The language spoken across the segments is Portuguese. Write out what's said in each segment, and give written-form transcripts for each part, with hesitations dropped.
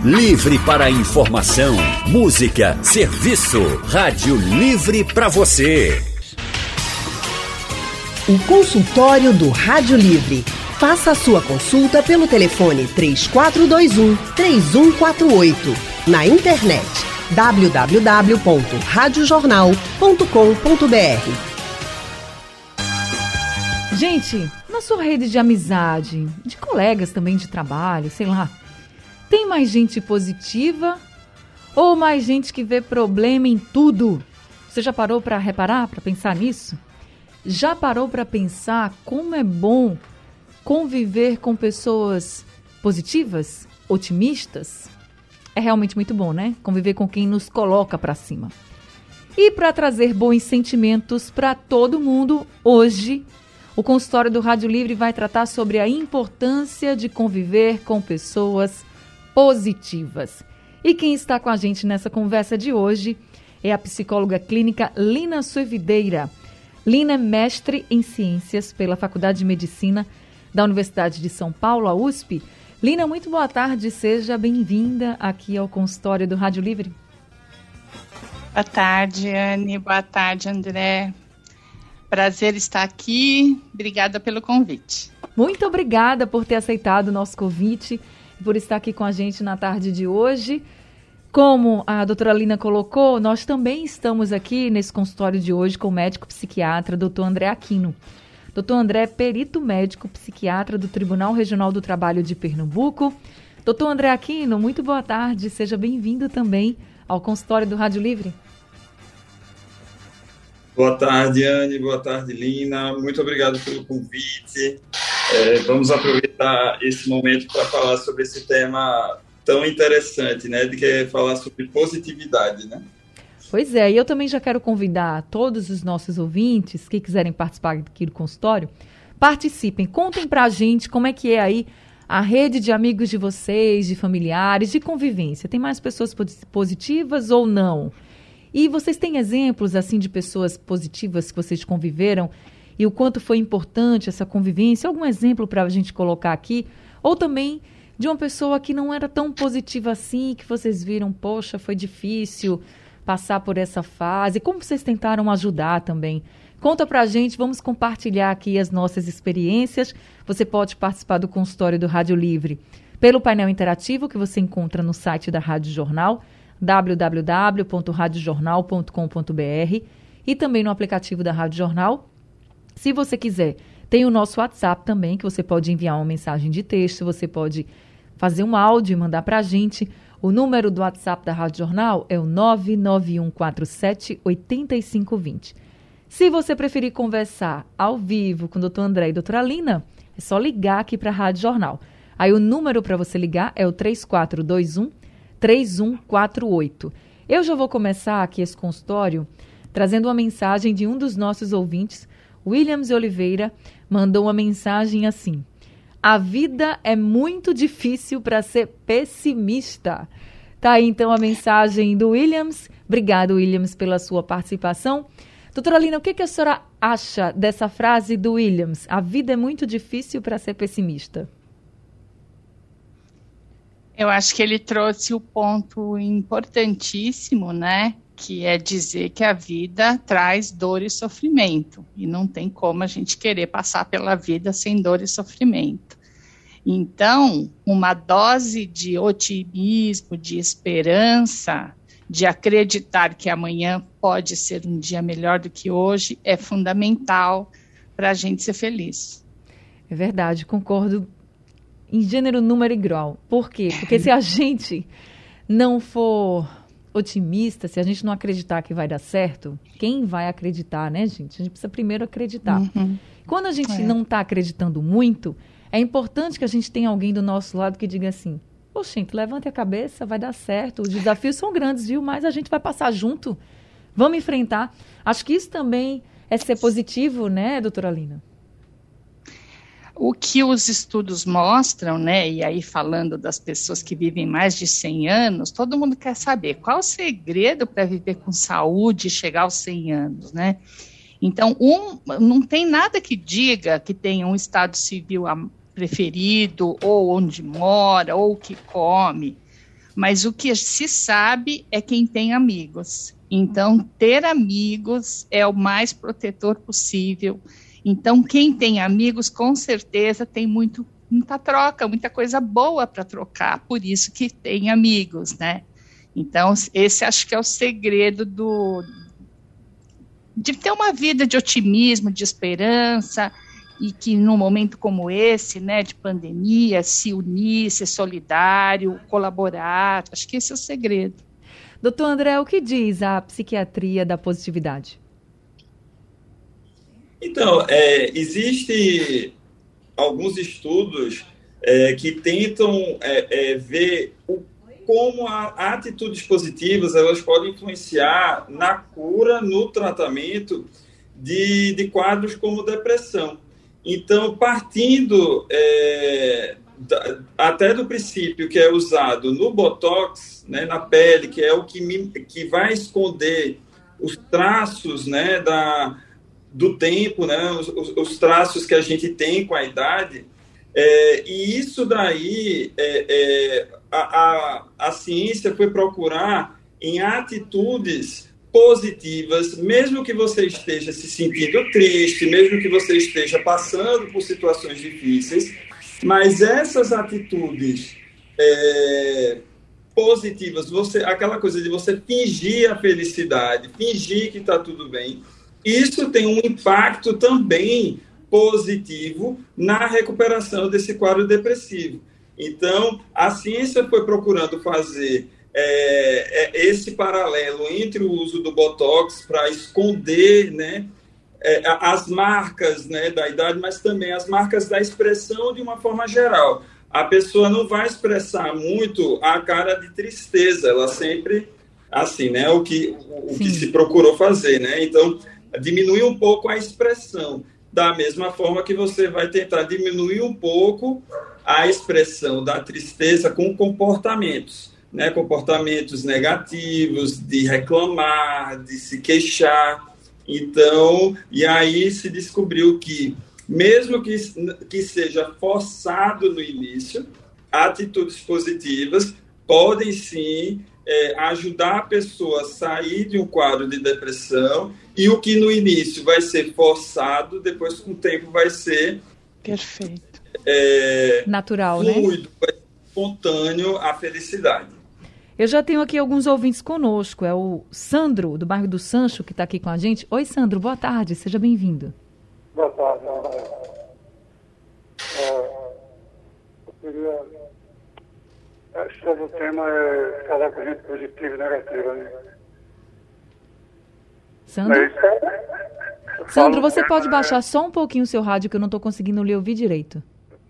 Livre para informação, música, serviço. Rádio Livre para você. O consultório do Rádio Livre. Faça a sua consulta pelo telefone 3421-3148. Na internet www.radiojornal.com.br. Gente, na sua rede de amizade, de colegas também de trabalho, sei lá, tem mais gente positiva ou mais gente que vê problema em tudo? Você já parou para reparar, para pensar nisso? Já parou para pensar como é bom conviver com pessoas positivas, otimistas? É realmente muito bom, né? Conviver com quem nos coloca para cima. E para trazer bons sentimentos para todo mundo, hoje o consultório do Rádio Livre vai tratar sobre a importância de conviver com pessoas positivas. E quem está com a gente nessa conversa de hoje é a psicóloga clínica Lina Suevideira. Lina é mestre em ciências pela Faculdade de Medicina da Universidade de São Paulo, a USP. Lina, muito boa tarde, seja bem-vinda aqui ao consultório do Rádio Livre. Boa tarde, Anne, boa tarde, André. Prazer estar aqui, obrigada pelo convite. Muito obrigada por ter aceitado o nosso convite e por estar aqui com a gente na tarde de hoje. Como a doutora Lina colocou, nós também estamos aqui nesse consultório de hoje com o médico psiquiatra, doutor André Aquino. Doutor André é perito médico psiquiatra do Tribunal Regional do Trabalho de Pernambuco. Doutor André Aquino, muito boa tarde, seja bem-vindo também ao consultório do Rádio Livre. Boa tarde, Anne, boa tarde, Lina, muito obrigado pelo convite. Vamos aproveitar esse momento para falar sobre esse tema tão interessante, né, de que é falar sobre positividade, né? Pois é, e eu também já quero convidar todos os nossos ouvintes que quiserem participar aqui do consultório, participem, contem pra gente como é que é aí a rede de amigos de vocês, de familiares, de convivência. Tem mais pessoas positivas ou não? E vocês têm exemplos, assim, de pessoas positivas que vocês conviveram e o quanto foi importante essa convivência? Algum exemplo para a gente colocar aqui? Ou também de uma pessoa que não era tão positiva assim, que vocês viram, poxa, foi difícil passar por essa fase. Como vocês tentaram ajudar também? Conta pra gente, vamos compartilhar aqui as nossas experiências. Você pode participar do consultório do Rádio Livre pelo painel interativo que você encontra no site da Rádio Jornal, www.radiojornal.com.br, e também no aplicativo da Rádio Jornal. Se você quiser, tem o nosso WhatsApp também, que você pode enviar uma mensagem de texto, você pode fazer um áudio e mandar pra gente. O número do WhatsApp da Rádio Jornal é o 99147-8520. Se você preferir conversar ao vivo com o doutor André e doutora Lina, é só ligar aqui para a Rádio Jornal. Aí o número para você ligar é o 3421-3148. Eu já vou começar aqui esse consultório trazendo uma mensagem de um dos nossos ouvintes, Williams Oliveira, mandou uma mensagem assim: a vida é muito difícil para ser pessimista. Tá aí então a mensagem do Williams. Obrigado, Williams, pela sua participação. Doutora Lina, o que a senhora acha dessa frase do Williams? A vida é muito difícil para ser pessimista. Eu acho que ele trouxe o ponto importantíssimo, né? Que é dizer que a vida traz dor e sofrimento. E não tem como a gente querer passar pela vida sem dor e sofrimento. Então, uma dose de otimismo, de esperança, de acreditar que amanhã pode ser um dia melhor do que hoje, é fundamental para a gente ser feliz. É verdade, concordo em gênero, número e grau. Por quê? Porque se a gente não for otimista, se a gente não acreditar que vai dar certo, quem vai acreditar, né, gente? A gente precisa primeiro acreditar. Uhum. Quando a gente não está acreditando muito, é importante que a gente tenha alguém do nosso lado que diga assim: poxa, gente, levante a cabeça, vai dar certo, os desafios são grandes, viu? Mas a gente vai passar junto, vamos enfrentar. Acho que isso também é ser positivo, né, doutora Lina? O que os estudos mostram, né, e aí falando das pessoas que vivem mais de 100 anos, todo mundo quer saber qual o segredo para viver com saúde e chegar aos 100 anos, né? Então, não tem nada que diga que tem um estado civil preferido, ou onde mora, ou o que come. Mas o que se sabe é quem tem amigos. Então, ter amigos é o mais protetor possível. Então, quem tem amigos, com certeza, tem muita troca, muita coisa boa para trocar, por isso que tem amigos, né? Então, esse acho que é o segredo de ter uma vida de otimismo, de esperança, e que num momento como esse, né, de pandemia, se unir, ser solidário, colaborar, acho que esse é o segredo. Doutor André, o que diz a psiquiatria da positividade? Então, existe alguns estudos que tentam ver como atitudes positivas elas podem influenciar na cura, no tratamento de quadros como depressão. Então, partindo até do princípio que é usado no Botox, né, na pele, que é o que vai esconder os traços, né, do tempo, né, os traços que a gente tem com a idade, e isso daí a ciência foi procurar em atitudes positivas, mesmo que você esteja se sentindo triste, mesmo que você esteja passando por situações difíceis, mas essas atitudes positivas, aquela coisa de você fingir a felicidade, fingir que está tudo bem, isso tem um impacto também positivo na recuperação desse quadro depressivo. Então, a ciência foi procurando fazer esse paralelo entre o uso do Botox para esconder, né, as marcas, né, da idade, mas também as marcas da expressão de uma forma geral. A pessoa não vai expressar muito a cara de tristeza, ela sempre, assim, né, o que se procurou fazer, né? Então, diminuir um pouco a expressão, da mesma forma que você vai tentar diminuir um pouco a expressão da tristeza com comportamentos, né? Comportamentos negativos, de reclamar, de se queixar. Então, e aí se descobriu que, mesmo que seja forçado no início, atitudes positivas podem sim ajudar a pessoa a sair de um quadro de depressão, e o que no início vai ser forçado, depois com o tempo vai ser perfeito, natural, fluido, né? Espontâneo a felicidade. Eu já tenho aqui alguns ouvintes conosco. É o Sandro, do bairro do Sancho, que está aqui com a gente. Oi, Sandro, boa tarde, seja bem-vindo. Boa tarde, eu queria... sobre o tema falar com gente positiva e negativa, né? Sandro? Sandro, você pode baixar só um pouquinho o seu rádio, que eu não estou conseguindo lhe ouvir direito.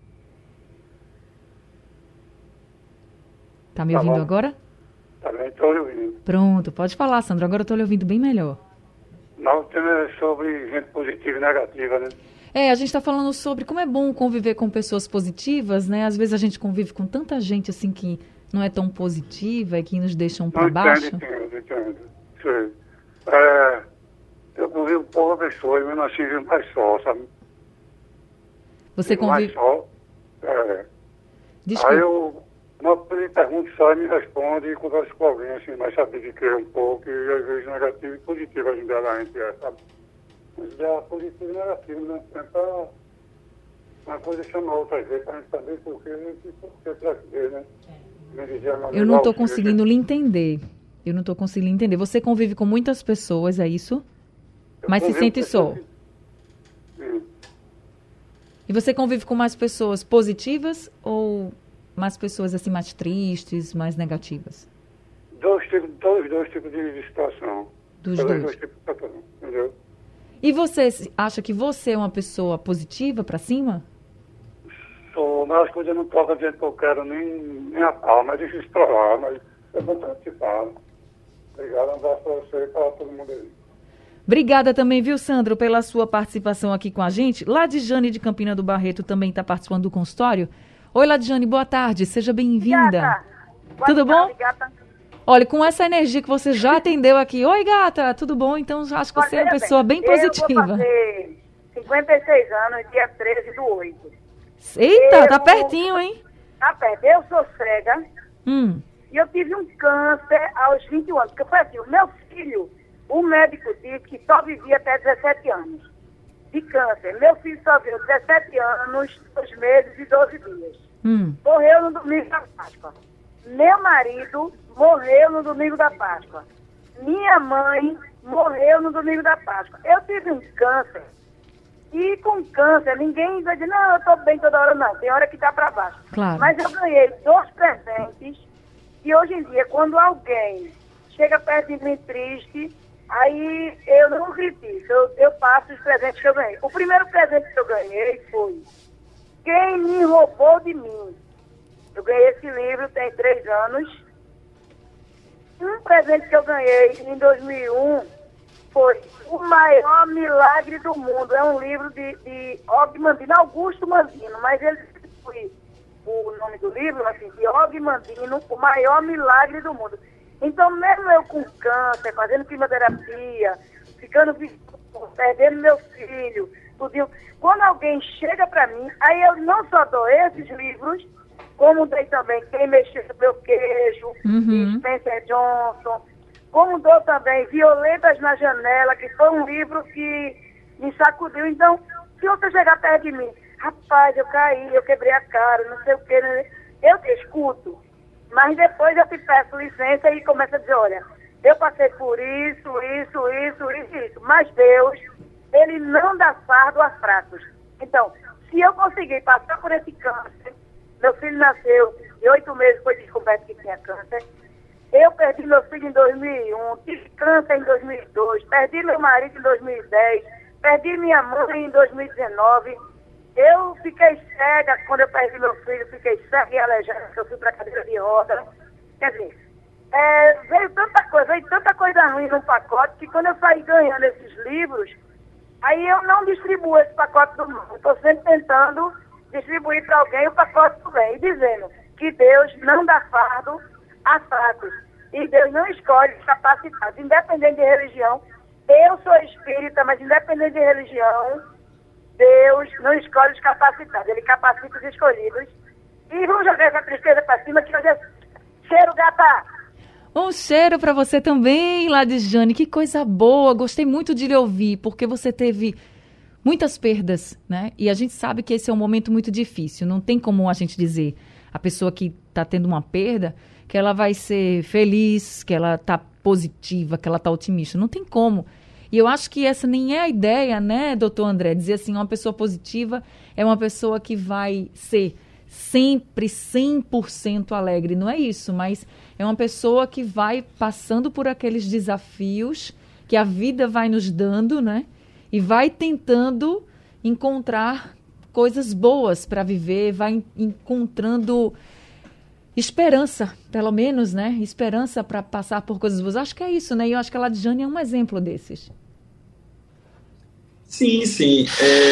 Tá me ouvindo agora? Tá bem, estou lhe ouvindo. Pronto, pode falar, Sandro. Agora eu estou lhe ouvindo bem melhor. Não, o tema é sobre gente positiva e negativa, né? A gente está falando sobre como é bom conviver com pessoas positivas, né? Às vezes a gente convive com tanta gente assim que não é tão positiva e que nos deixam para baixo. Entendo. Sim. Eu convivo com pouca pessoa e mesmo assim vivo mais só, sabe? Você convive... mais só. Desculpa. Aí eu me pergunto só e me responde e converso com alguém assim, mais saber de que um pouco, e às vezes negativo e positivo a gente sabe? Mas é positivo e negativo, né? Tenta uma coisa chamar outra vez para a gente saber por que para quê, né? Eu não estou conseguindo lhe entender. Você convive com muitas pessoas, é isso? Mas se sente só. Sim. E você convive com mais pessoas positivas ou mais pessoas assim mais tristes, mais negativas? Dois tipos de situação. Dos dois tipos de situação, entendeu? E você acha que você é uma pessoa positiva para cima? Sou, mas as coisas não tocam do jeito que eu quero, nem a pau, mas deixa eu explorar, mas é bom participar. Obrigado, um abraço para você e para todo mundo aí. Obrigada também, viu, Sandro, pela sua participação aqui com a gente. Ladjane de Campina do Barreto também está participando do consultório. Oi, Ladjane, boa tarde, seja bem-vinda. Tudo bom? Gata. Olha, com essa energia que você já atendeu aqui. Oi, gata, tudo bom? Então, acho que você é uma pessoa bem positiva. Eu vou fazer 56 anos, dia 13/8. Eita, tá pertinho, hein? Tá perto. Eu sou cega E eu tive um câncer aos 21 anos. Porque foi assim, o meu filho, o médico disse que só vivia até 17 anos de câncer. Meu filho só viveu 17 anos, 2 meses e 12 dias. Morreu no domingo da Páscoa. Meu marido morreu no domingo da Páscoa. Minha mãe morreu no domingo da Páscoa. Eu tive um câncer. E com câncer, ninguém vai dizer, não, eu estou bem toda hora, não. Tem hora que está para baixo. Claro. Mas eu ganhei 2 presentes. E hoje em dia, quando alguém chega perto de mim triste, aí eu não critico. Eu passo os presentes que eu ganhei. O primeiro presente que eu ganhei foi Quem Me Roubou de Mim. Eu ganhei esse livro, tem 3 anos. Um presente que eu ganhei em 2001 foi O Maior Milagre do Mundo. É um livro de Og Mandino, Augusto Mandino, mas ele foi o nome do livro, assim, de Og Mandino, O Maior Milagre do Mundo. Então, mesmo eu com câncer, fazendo quimioterapia, ficando perdendo meu filho, tudinho, quando alguém chega para mim, aí eu não só dou esses livros, como dei também Quem Mexeu no Meu Queijo, de Spencer Johnson, como dou também Violetas na Janela, que foi um livro que me sacudiu. Então, se você chegar perto de mim, rapaz, eu caí, eu quebrei a cara, não sei o quê, eu te escuto. Mas depois eu te peço licença e começo a dizer, olha, eu passei por isso. Mas Deus, Ele não dá fardo a fracos. Então, se eu conseguir passar por esse câncer, meu filho nasceu, e 8 meses foi descoberto que tinha câncer. Eu perdi meu filho em 2001, tive câncer em 2002, perdi meu marido em 2010, perdi minha mãe em 2019. Eu fiquei cega quando eu perdi meu filho, fiquei cega e aleijada, porque eu fui para a cadeira de roda. Quer dizer, veio tanta coisa ruim num pacote, que quando eu saí ganhando esses livros, aí eu não distribuo esse pacote do mundo. Estou sempre tentando distribuir para alguém o pacote do bem, e dizendo que Deus não dá fardo a fracos. E Deus não escolhe os capacitados, independente de religião. Eu sou espírita, mas independente de religião, Deus não escolhe os capacitados, Ele capacita os escolhidos. E vamos jogar essa tristeza para cima, que hoje é cheiro, gata! Um cheiro para você também, Ladijane. Que coisa boa, gostei muito de lhe ouvir, porque você teve muitas perdas, né? E a gente sabe que esse é um momento muito difícil. Não tem como a gente dizer, a pessoa que está tendo uma perda, que ela vai ser feliz, que ela está positiva, que ela está otimista. Não tem como. E eu acho que essa nem é a ideia, né, doutor André? Dizer assim, uma pessoa positiva é uma pessoa que vai ser sempre 100% alegre. Não é isso, mas é uma pessoa que vai passando por aqueles desafios que a vida vai nos dando, né? E vai tentando encontrar coisas boas para viver, vai encontrando esperança, pelo menos, né? Esperança para passar por coisas boas. Acho que é isso, né? E eu acho que a Ladijane é um exemplo desses. Sim.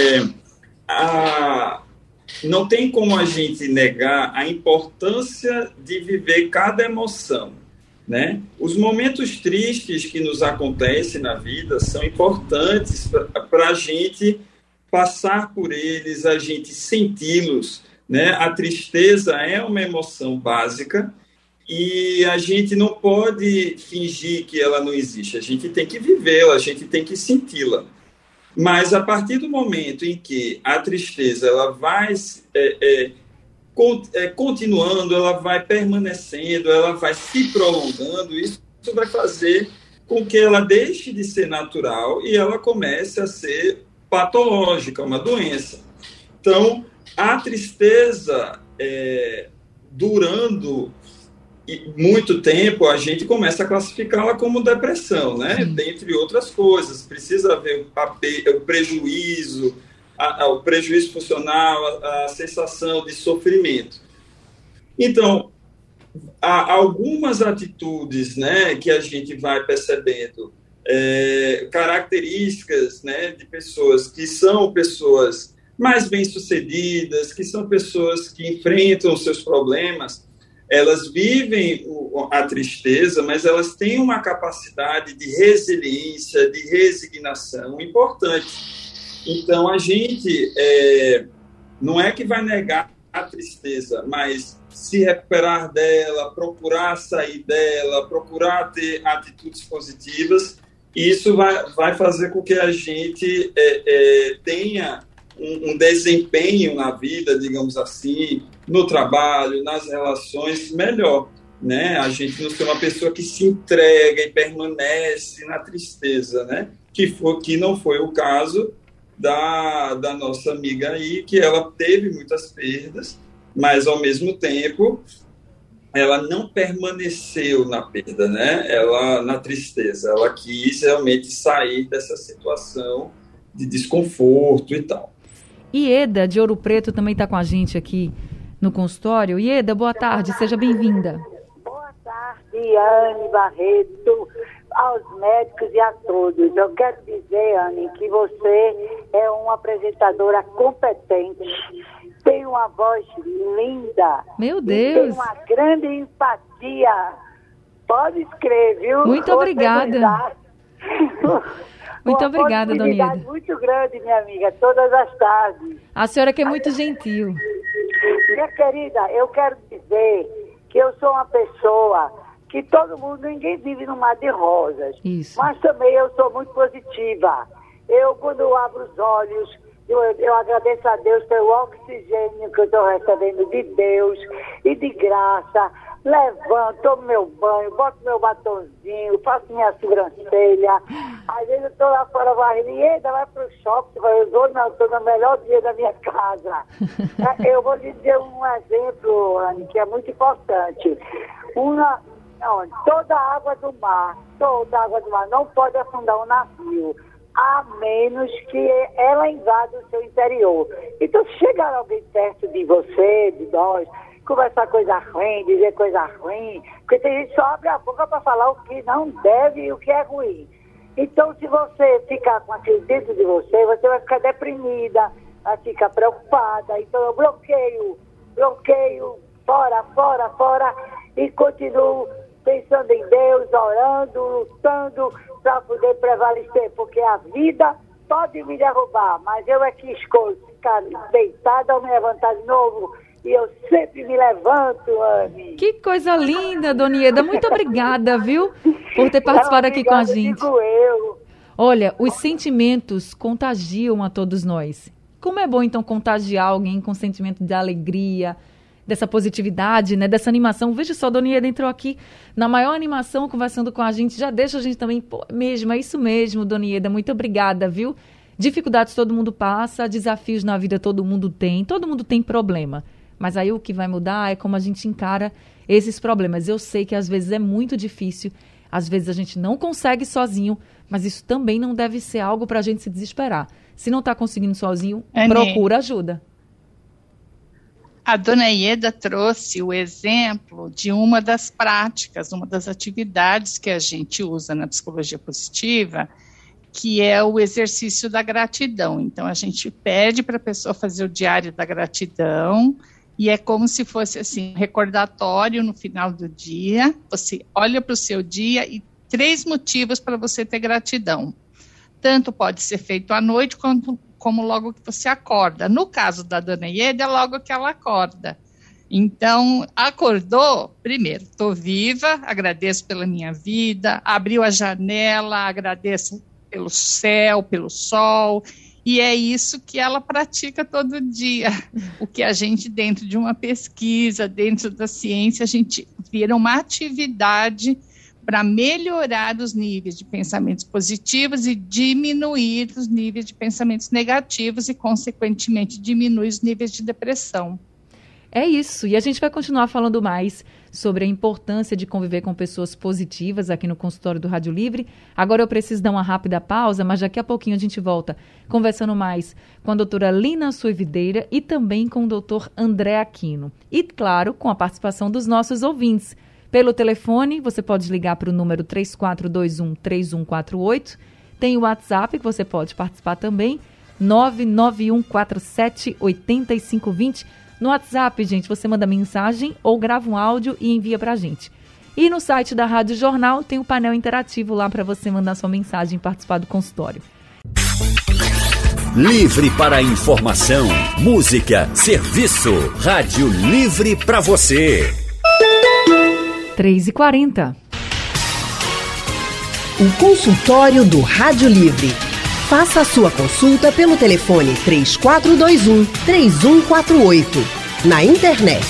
Não tem como a gente negar a importância de viver cada emoção, né? Os momentos tristes que nos acontecem na vida são importantes para a gente passar por eles, a gente senti-los, né? A tristeza é uma emoção básica e a gente não pode fingir que ela não existe. A gente tem que vivê-la, a gente tem que senti-la. Mas a partir do momento em que a tristeza ela vai continuando, ela vai permanecendo, ela vai se prolongando, isso vai fazer com que ela deixe de ser natural e ela comece a ser patológica, uma doença. Então, a tristeza durando muito tempo, a gente começa a classificá-la como depressão, né? Dentre outras coisas. Precisa haver o prejuízo, o prejuízo funcional, a sensação de sofrimento. Então, há algumas atitudes, né, que a gente vai percebendo, características, né, de pessoas que são pessoas mais bem-sucedidas, que são pessoas que enfrentam os seus problemas. Elas vivem a tristeza, mas elas têm uma capacidade de resiliência, de resignação importante. Então, a gente não é que vai negar a tristeza, mas se recuperar dela, procurar sair dela, procurar ter atitudes positivas. Isso vai fazer com que a gente tenha um desempenho na vida, digamos assim, no trabalho, nas relações, melhor, né? A gente não ser uma pessoa que se entrega e permanece na tristeza, né? Que não foi o caso da nossa amiga aí, que ela teve muitas perdas, mas, ao mesmo tempo, ela não permaneceu na perda, né? Ela na tristeza. Ela quis realmente sair dessa situação de desconforto e tal. Ieda, de Ouro Preto, também está com a gente aqui no consultório. Ieda, boa tarde, seja bem-vinda. Boa tarde, Anne Barreto, aos médicos e a todos. Eu quero dizer, Anne, que você é uma apresentadora competente, tem uma voz linda. Meu Deus! Tem uma grande empatia. Pode escrever, viu? Muito obrigada. Muito obrigada, dona Ieda. Muito grande, minha amiga, todas as tardes. A senhora que é muito gentil. Minha querida, eu quero dizer que eu sou uma pessoa que ninguém vive num mar de rosas. Isso. Mas também eu sou muito positiva. Quando eu abro os olhos, eu agradeço a Deus pelo oxigênio que eu estou recebendo de Deus e de graça. Levanto, tomo meu banho, boto meu batonzinho, faço minha sobrancelha. Às vezes eu estou lá fora varrendo e ainda vai para o shopping. Eu estou no melhor dia da minha casa. Eu vou lhe dizer um exemplo, Anne, que é muito importante. Toda a água do mar não pode afundar um navio, a menos que ela invada o seu interior. Então, se chegar alguém perto de você, de nós, conversar coisa ruim, dizer coisa ruim, porque tem gente que só abre a boca para falar o que não deve e o que é ruim. Então, se você ficar com aquilo dentro de você vai ficar deprimida, vai ficar preocupada. Então, eu bloqueio, fora, e continuo pensando em Deus, orando, lutando para poder prevalecer, porque a vida pode me derrubar, mas eu é que escolho ficar deitada ou me levantar de novo. E eu sempre me levanto, Anne. Que coisa linda, dona Ieda. Muito obrigada, viu? Por ter participado aqui com a gente. Digo eu. Olha, os sentimentos contagiam a todos nós. Como é bom, então, contagiar alguém com sentimento de alegria, dessa positividade, né? Dessa animação. Veja só, dona Ieda entrou aqui na maior animação, conversando com a gente. Já deixa a gente também, é isso mesmo, dona Ieda. Muito obrigada, viu? Dificuldades todo mundo passa, desafios na vida todo mundo tem problema. Mas aí o que vai mudar é como a gente encara esses problemas. Eu sei que às vezes é muito difícil, às vezes a gente não consegue sozinho, mas isso também não deve ser algo para a gente se desesperar. Se não está conseguindo sozinho, procura ajuda. A dona Ieda trouxe o exemplo de uma das práticas, uma das atividades que a gente usa na psicologia positiva, que é o exercício da gratidão. Então, a gente pede para a pessoa fazer o diário da gratidão, e é como se fosse assim, um recordatório no final do dia. Você olha para o seu dia e 3 motivos para você ter gratidão. Tanto pode ser feito à noite como logo que você acorda. No caso da dona Ieda, é logo que ela acorda. Então, acordou, primeiro, estou viva, agradeço pela minha vida, abriu a janela, agradeço pelo céu, pelo sol, e é isso que ela pratica todo dia. O que a gente, dentro de uma pesquisa, dentro da ciência, a gente vira uma atividade para melhorar os níveis de pensamentos positivos e diminuir os níveis de pensamentos negativos e, consequentemente, diminuir os níveis de depressão. É isso, e a gente vai continuar falando mais sobre a importância de conviver com pessoas positivas aqui no consultório do Rádio Livre. Agora eu preciso dar uma rápida pausa, mas daqui a pouquinho a gente volta conversando mais com a doutora Lina Suevideira e também com o doutor André Aquino. E, claro, com a participação dos nossos ouvintes. Pelo telefone, você pode ligar para o número 3421-3148. Tem o WhatsApp, que você pode participar também, 99147-8520. No WhatsApp, gente, você manda mensagem ou grava um áudio e envia pra gente. E no site da Rádio Jornal tem um painel interativo lá para você mandar sua mensagem e participar do consultório. Livre para informação, música, serviço. Rádio Livre para você. 3h40. O consultório do Rádio Livre. Faça a sua consulta pelo telefone 3421-3148. Na internet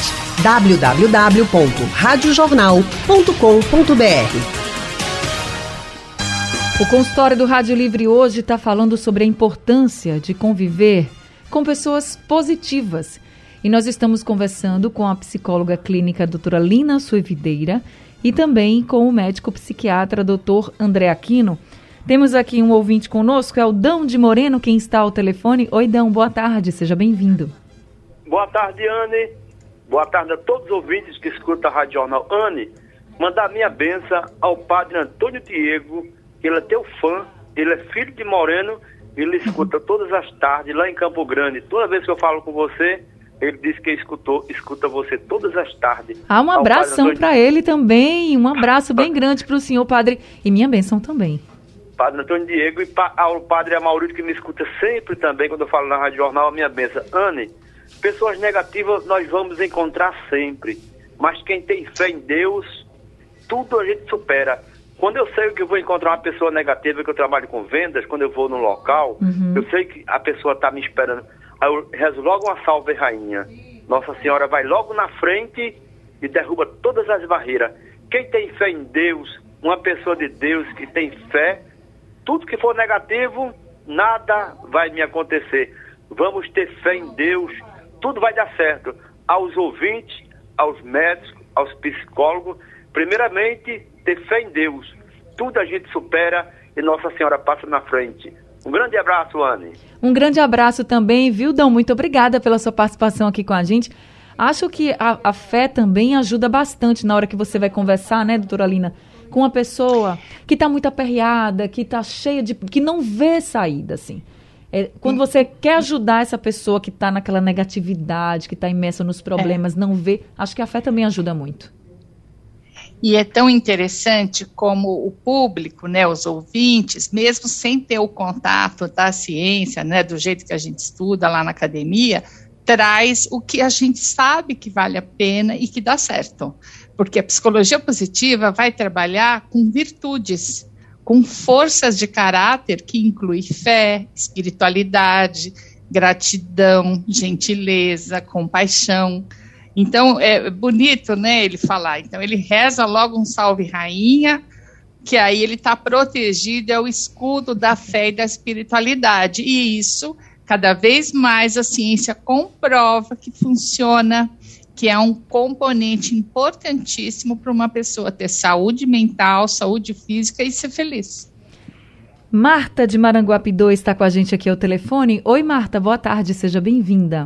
www.radiojornal.com.br. O consultório do Rádio Livre hoje está falando sobre a importância de conviver com pessoas positivas. E nós estamos conversando com a psicóloga clínica doutora Lina Suevideira e também com o médico psiquiatra doutor André Aquino. Temos aqui um ouvinte conosco, é o Dão de Moreno, quem está ao telefone. Oi, Dão, boa tarde, seja bem-vindo. Boa tarde, Anne. Boa tarde a todos os ouvintes que escutam a Rádio Jornal. Anne, mandar minha bênção ao padre Antônio Diego, que ele é teu fã, ele é filho de Moreno, ele escuta todas as tardes lá em Campo Grande. Toda vez que eu falo com você, ele diz que escuta você todas as tardes. Um abração para ele também, um abraço bem grande para o senhor padre e minha bênção também. Padre Antônio Diego e ao padre Amaurício, que me escuta sempre também quando eu falo na Rádio Jornal, a minha bênção. Anne, pessoas negativas nós vamos encontrar sempre, mas quem tem fé em Deus, tudo a gente supera. Quando eu sei que eu vou encontrar uma pessoa negativa, que eu trabalho com vendas, quando eu vou num local, eu sei que a pessoa está me esperando. Aí eu rezo logo uma salve rainha. Nossa Senhora vai logo na frente e derruba todas as barreiras. Quem tem fé em Deus, uma pessoa de Deus que tem fé, tudo que for negativo, nada vai me acontecer. Vamos ter fé em Deus, tudo vai dar certo. Aos ouvintes, aos médicos, aos psicólogos, primeiramente, ter fé em Deus. Tudo a gente supera e Nossa Senhora passa na frente. Um grande abraço, Anne. Um grande abraço também, viu, Dão? Muito obrigada pela sua participação aqui com a gente. Acho que a fé também ajuda bastante na hora que você vai conversar, né, doutora Lina, com uma pessoa que está muito aperreada, que está cheia de... que não vê saída, assim. Quando você quer ajudar essa pessoa que está naquela negatividade, que está imersa nos problemas, não vê, acho que a fé também ajuda muito. E é tão interessante como o público, né, os ouvintes, mesmo sem ter o contato da ciência, né, do jeito que a gente estuda lá na academia, traz o que a gente sabe que vale a pena e que dá certo. Porque a psicologia positiva vai trabalhar com virtudes, com forças de caráter que inclui fé, espiritualidade, gratidão, gentileza, compaixão. Então, é bonito, né, ele falar. Então, ele reza logo um salve rainha, que aí ele está protegido, é o escudo da fé e da espiritualidade. E isso, cada vez mais, a ciência comprova que funciona, que é um componente importantíssimo para uma pessoa ter saúde mental, saúde física e ser feliz. Marta, de Maranguape 2, está com a gente aqui ao telefone. Oi, Marta, boa tarde, seja bem-vinda.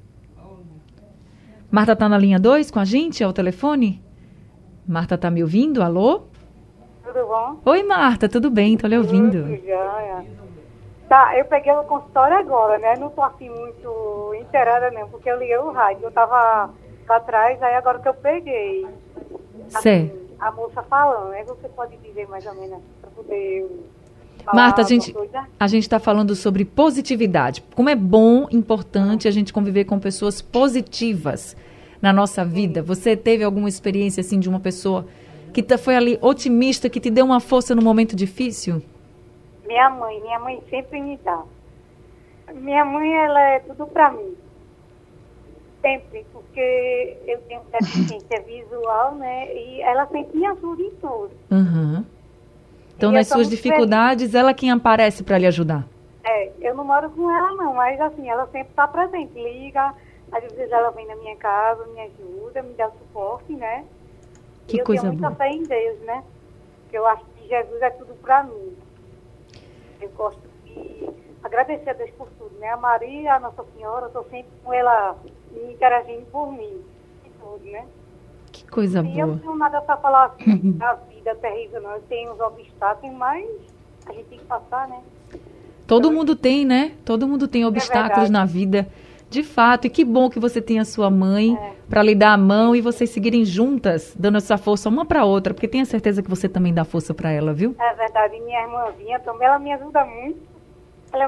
Marta está na linha 2 com a gente, ao telefone? Marta está me ouvindo? Alô? Tudo bom? Oi, Marta, tudo bem? Estou lhe ouvindo. Tá, eu peguei o consultório agora, né? Não estou assim muito inteirada mesmo, porque eu liguei o rádio. Eu estava lá atrás, aí agora que eu peguei. Assim, a moça falando, aí você pode dizer mais ou menos para poder... Marta, a gente está falando sobre positividade. Como é bom, importante a gente conviver com pessoas positivas na nossa vida. Você teve alguma experiência assim de uma pessoa que foi ali otimista, que te deu uma força no momento difícil? Minha mãe sempre me dá. Minha mãe, ela é tudo para mim. Sempre, porque eu tenho deficiência visual, né? E ela sempre me ajuda em tudo. Uhum. Então, nas suas dificuldades, ela quem aparece para lhe ajudar? Eu não moro com ela não, mas assim, ela sempre está presente, liga, às vezes ela vem na minha casa, me ajuda, me dá suporte, né? Que coisa boa. Eu tenho muita fé em Deus, né? Porque eu acho que Jesus é tudo para mim. Eu gosto de agradecer a Deus por tudo, né? A Maria, a Nossa Senhora, eu estou sempre com ela me interagindo por mim, e tudo, né? Que coisa boa. E eu não tenho nada para falar assim, da vida terrível, não. Eu tenho uns obstáculos, mas a gente tem que passar, né? Todo mundo tem, né? Todo mundo tem obstáculos na vida, de fato. E que bom que você tem a sua mãe para lhe dar a mão e vocês seguirem juntas, dando essa força uma para outra, porque tenha certeza que você também dá força para ela, viu? É verdade. E minha irmãzinha também, ela me ajuda muito. Ela é muito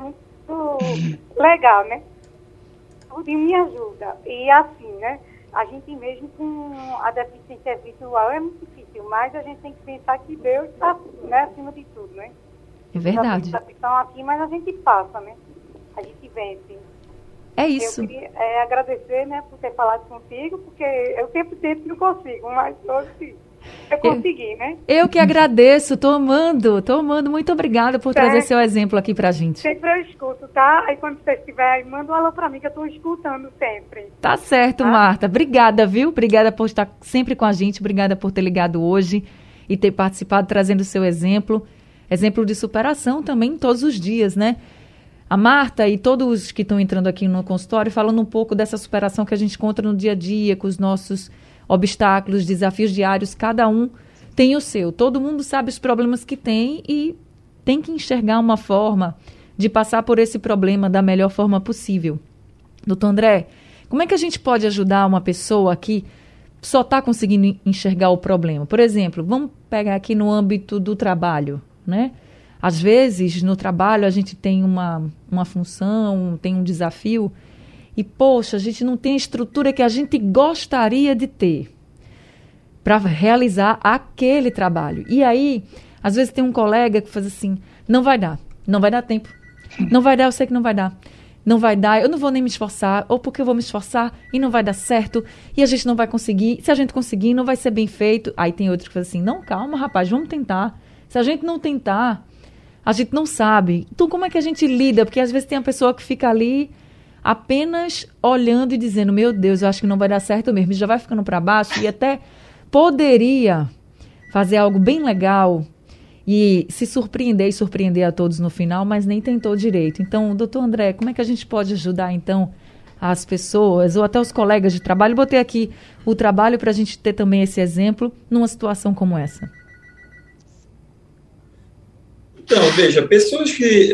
muito legal, né? Tudo me ajuda. E assim, né? A gente mesmo com a deficiência visual é muito difícil, mas a gente tem que pensar que Deus está, né, acima de tudo, né? É verdade. Estão aqui, mas a gente passa, né? A gente vence. É isso. Eu queria agradecer, né, por ter falado contigo, porque eu sempre não consigo, mas hoje eu consegui, né? Eu que agradeço, tô amando. Muito obrigada por trazer seu exemplo aqui pra gente. Sempre eu escuto, tá? Aí quando você estiver, manda um alô pra mim, que eu tô escutando sempre. Tá certo, tá? Marta. Obrigada, viu? Obrigada por estar sempre com a gente, obrigada por ter ligado hoje e ter participado, trazendo o seu exemplo. Exemplo de superação também todos os dias, né? A Marta e todos que estão entrando aqui no consultório falando um pouco dessa superação que a gente encontra no dia a dia, com os nossos obstáculos, desafios diários, cada um tem o seu. Todo mundo sabe os problemas que tem e tem que enxergar uma forma de passar por esse problema da melhor forma possível. Doutor André, como é que a gente pode ajudar uma pessoa que só está conseguindo enxergar o problema? Por exemplo, vamos pegar aqui no âmbito do trabalho, né? Às vezes, no trabalho, a gente tem uma função, tem um desafio e, poxa, a gente não tem a estrutura que a gente gostaria de ter para realizar aquele trabalho. E aí, às vezes tem um colega que faz assim, não vai dar tempo, não vai dar, eu sei que não vai dar, eu não vou nem me esforçar, ou porque eu vou me esforçar e não vai dar certo, e a gente não vai conseguir, se a gente conseguir, não vai ser bem feito. Aí tem outros que fazem assim, não, calma, rapaz, vamos tentar. Se a gente não tentar, a gente não sabe. Então, como é que a gente lida? Porque às vezes tem uma pessoa que fica ali apenas olhando e dizendo, meu Deus, eu acho que não vai dar certo mesmo. E já vai ficando para baixo e até poderia fazer algo bem legal e se surpreender e surpreender a todos no final, mas nem tentou direito. Então, doutor André, como é que a gente pode ajudar, então, as pessoas ou até os colegas de trabalho? Botei aqui o trabalho para a gente ter também esse exemplo numa situação como essa. Então, veja, pessoas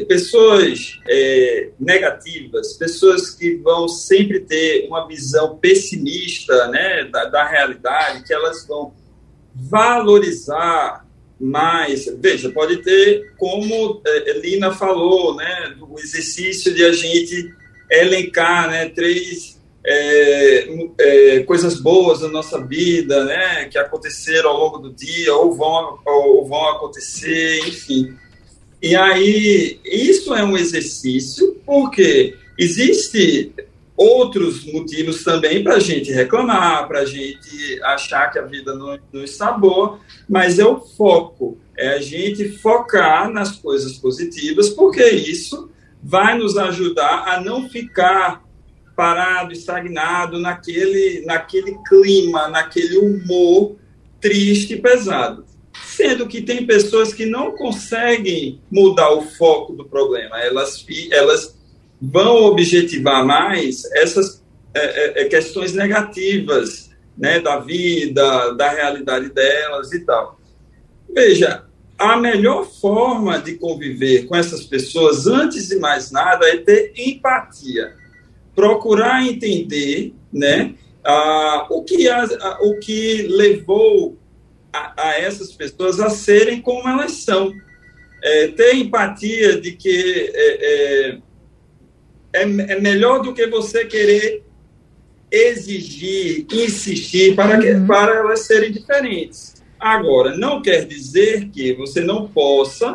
negativas, pessoas que vão sempre ter uma visão pessimista, né, da realidade, que elas vão valorizar mais. Veja, pode ter, como Lina falou, né, do exercício de a gente elencar, né, 3 coisas boas da nossa vida, né, que aconteceram ao longo do dia ou vão acontecer, enfim. E aí, isso é um exercício, porque existem outros motivos também para a gente reclamar, para a gente achar que a vida não está boa, mas é o foco, é a gente focar nas coisas positivas, porque isso vai nos ajudar a não ficar parado, estagnado naquele clima, naquele humor triste e pesado. Sendo que tem pessoas que não conseguem mudar o foco do problema, elas vão objetivar mais essas questões negativas, né, da vida, da realidade delas e tal. Veja, a melhor forma de conviver com essas pessoas, antes de mais nada, é ter empatia. Procurar entender, né, o que levou a essas pessoas a serem como elas são. Ter empatia de que é melhor do que você querer exigir, insistir para elas serem diferentes. Agora, não quer dizer que você não possa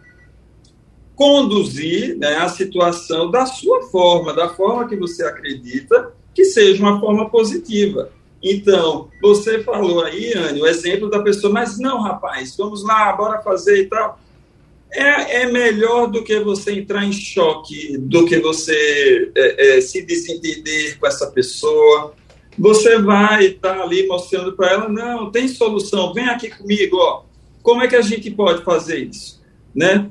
conduzir, né, a situação da sua forma, da forma que você acredita que seja uma forma positiva. Então, você falou aí, Anne, o exemplo da pessoa, mas não, rapaz, vamos lá, bora fazer e tal. É melhor do que você entrar em choque, do que você se desentender com essa pessoa. Você vai estar ali mostrando para ela, não, tem solução, vem aqui comigo, ó. Como é que a gente pode fazer isso? Né?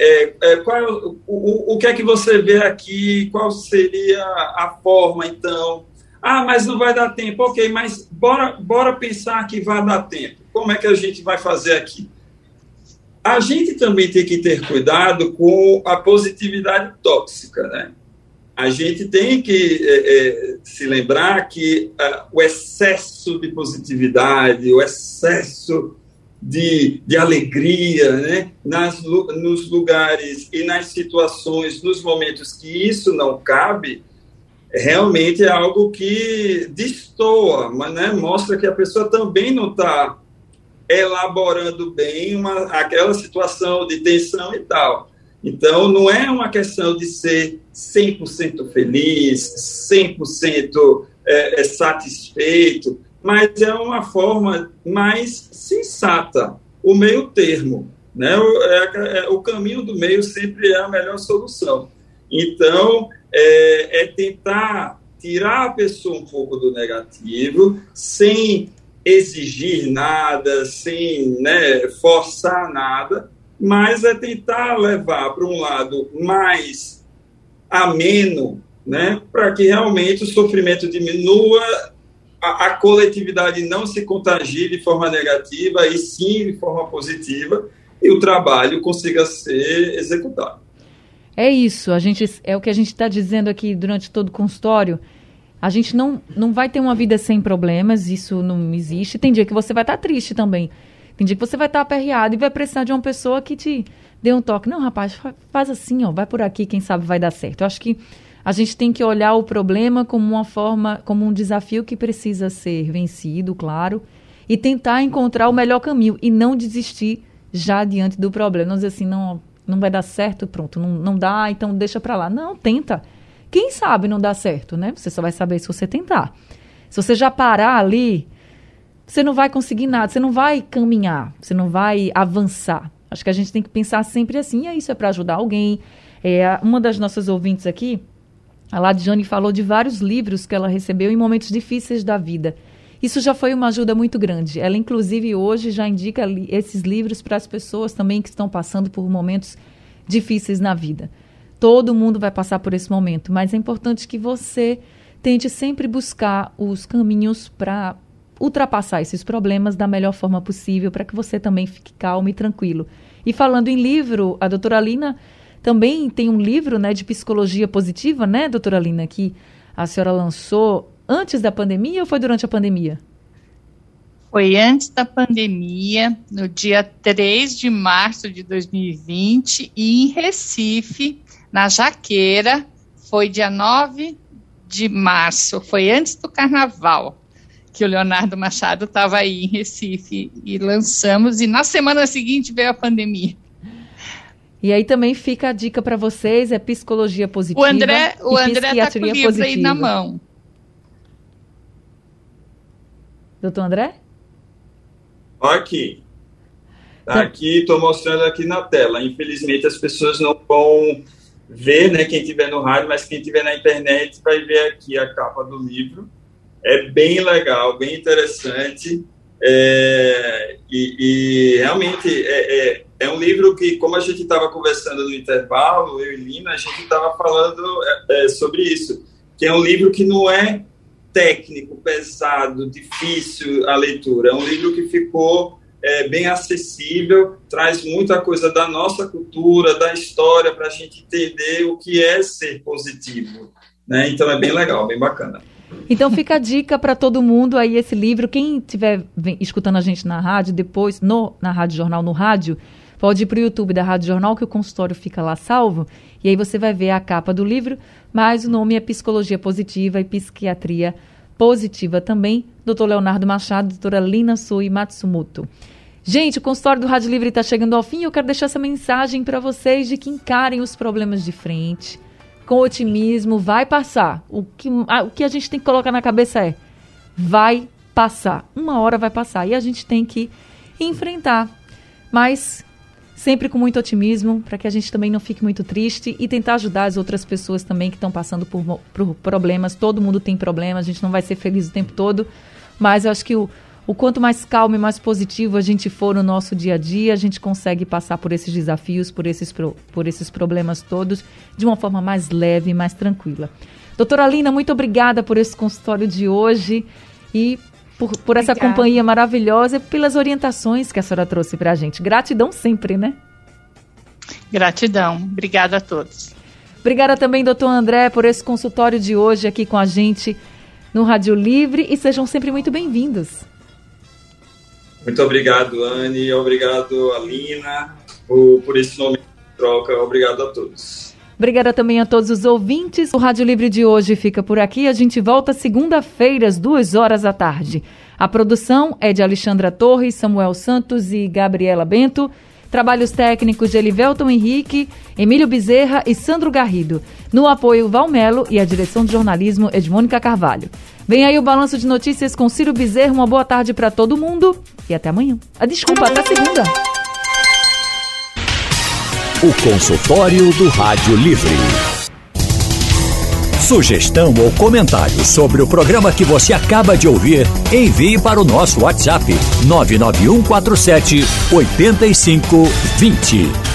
O que é que você vê aqui? Qual seria a forma, então? Ah, mas não vai dar tempo. Ok, mas bora pensar que vai dar tempo. Como é que a gente vai fazer aqui? A gente também tem que ter cuidado com a positividade tóxica, né? A gente tem que se lembrar que o excesso de positividade, o excesso de alegria, né? Nos lugares e nas situações, nos momentos que isso não cabe, realmente é algo que destoa, mas, né, mostra que a pessoa também não está elaborando bem aquela situação de tensão e tal. Então, não é uma questão de ser 100% feliz, 100% satisfeito, mas é uma forma mais sensata, o meio termo, né? O caminho do meio sempre é a melhor solução. Então, é tentar tirar a pessoa um pouco do negativo, sem exigir nada, sem, né, forçar nada, mas é tentar levar para um lado mais ameno, né, para que realmente o sofrimento diminua, a coletividade não se contagie de forma negativa, e sim de forma positiva, e o trabalho consiga ser executado. É isso, é o que a gente está dizendo aqui durante todo o consultório. A gente não vai ter uma vida sem problemas, isso não existe. Tem dia que você vai estar triste também. Tem dia que você vai estar aperreado e vai precisar de uma pessoa que te dê um toque. Não, rapaz, faz assim, ó, vai por aqui, quem sabe vai dar certo. Eu acho que a gente tem que olhar o problema como uma forma, como um desafio que precisa ser vencido, claro, e tentar encontrar o melhor caminho e não desistir já diante do problema. Não dizer assim, não vai dar certo, pronto, não dá, então deixa pra lá. Não, tenta. Quem sabe não dá certo, né? Você só vai saber se você tentar. Se você já parar ali, você não vai conseguir nada, você não vai caminhar, você não vai avançar. Acho que a gente tem que pensar sempre assim, e isso é para ajudar alguém. Uma das nossas ouvintes aqui, a Ladiane, falou de vários livros que ela recebeu em momentos difíceis da vida. Isso já foi uma ajuda muito grande. Ela, inclusive, hoje já indica esses livros para as pessoas também que estão passando por momentos difíceis na vida. Todo mundo vai passar por esse momento, mas é importante que você tente sempre buscar os caminhos para ultrapassar esses problemas da melhor forma possível, para que você também fique calmo e tranquilo. E falando em livro, a doutora Lina também tem um livro, né, de psicologia positiva, né, doutora Lina, que a senhora lançou antes da pandemia ou foi durante a pandemia? Foi antes da pandemia, no dia 3 de março de 2020, e em Recife, na Jaqueira, foi dia 9 de março, foi antes do Carnaval, que o Leonardo Machado estava aí em Recife, e lançamos, e na semana seguinte veio a pandemia. E aí também fica a dica para vocês, é psicologia positiva. O André está com o livro positiva aí na mão. Doutor André? Aqui. Aqui, estou mostrando aqui na tela. Infelizmente, as pessoas não vão ver, né, quem estiver no rádio, mas quem estiver na internet vai ver aqui a capa do livro. É bem legal, bem interessante. E realmente é um livro que, como a gente estava conversando no intervalo, eu e Lina, a gente estava falando sobre isso, que é um livro que não é técnico, pesado, difícil a leitura. É um livro que ficou bem acessível, traz muita coisa da nossa cultura, da história, para a gente entender o que é ser positivo, né? Então é bem legal, bem bacana. Então fica a dica para todo mundo aí, esse livro. Quem estiver escutando a gente na rádio, depois na Rádio Jornal, no rádio, pode ir para o YouTube da Rádio Jornal, que o consultório fica lá salvo, e aí você vai ver a capa do livro, mas o nome é Psicologia Positiva e Psiquiatria Positiva também, Dr. Leonardo Machado, doutora Lina Sui Matsumoto. Gente, o consultório do Rádio Livre está chegando ao fim, e eu quero deixar essa mensagem para vocês de que encarem os problemas de frente, com otimismo, vai passar. O que a gente tem que colocar na cabeça vai passar. Uma hora vai passar, e a gente tem que enfrentar, mas sempre com muito otimismo, para que a gente também não fique muito triste, e tentar ajudar as outras pessoas também que estão passando por problemas. Todo mundo tem problemas, a gente não vai ser feliz o tempo todo, mas eu acho que o quanto mais calmo e mais positivo a gente for no nosso dia a dia, a gente consegue passar por esses desafios, por esses problemas todos, de uma forma mais leve e mais tranquila. Doutora Lina, muito obrigada por esse consultório de hoje e por essa companhia maravilhosa e pelas orientações que a senhora trouxe para a gente. Gratidão sempre, né? Gratidão. Obrigada a todos. Obrigada também, doutor André, por esse consultório de hoje aqui com a gente no Rádio Livre, e sejam sempre muito bem-vindos. Muito obrigado, Anne. Obrigado, Alina, por esse momento de troca. Obrigado a todos. Obrigada também a todos os ouvintes. O Rádio Livre de hoje fica por aqui. A gente volta segunda-feira, às 14h. A produção é de Alexandra Torres, Samuel Santos e Gabriela Bento. Trabalhos técnicos de Elivelton Henrique, Emílio Bezerra e Sandro Garrido. No apoio, Valmelo, e a direção de jornalismo é de Mônica Carvalho. Vem aí o Balanço de Notícias com Ciro Bezerra. Uma boa tarde para todo mundo e até amanhã. Desculpa, até segunda. O consultório do Rádio Livre. Sugestão ou comentário sobre o programa que você acaba de ouvir, envie para o nosso WhatsApp 99147 8520.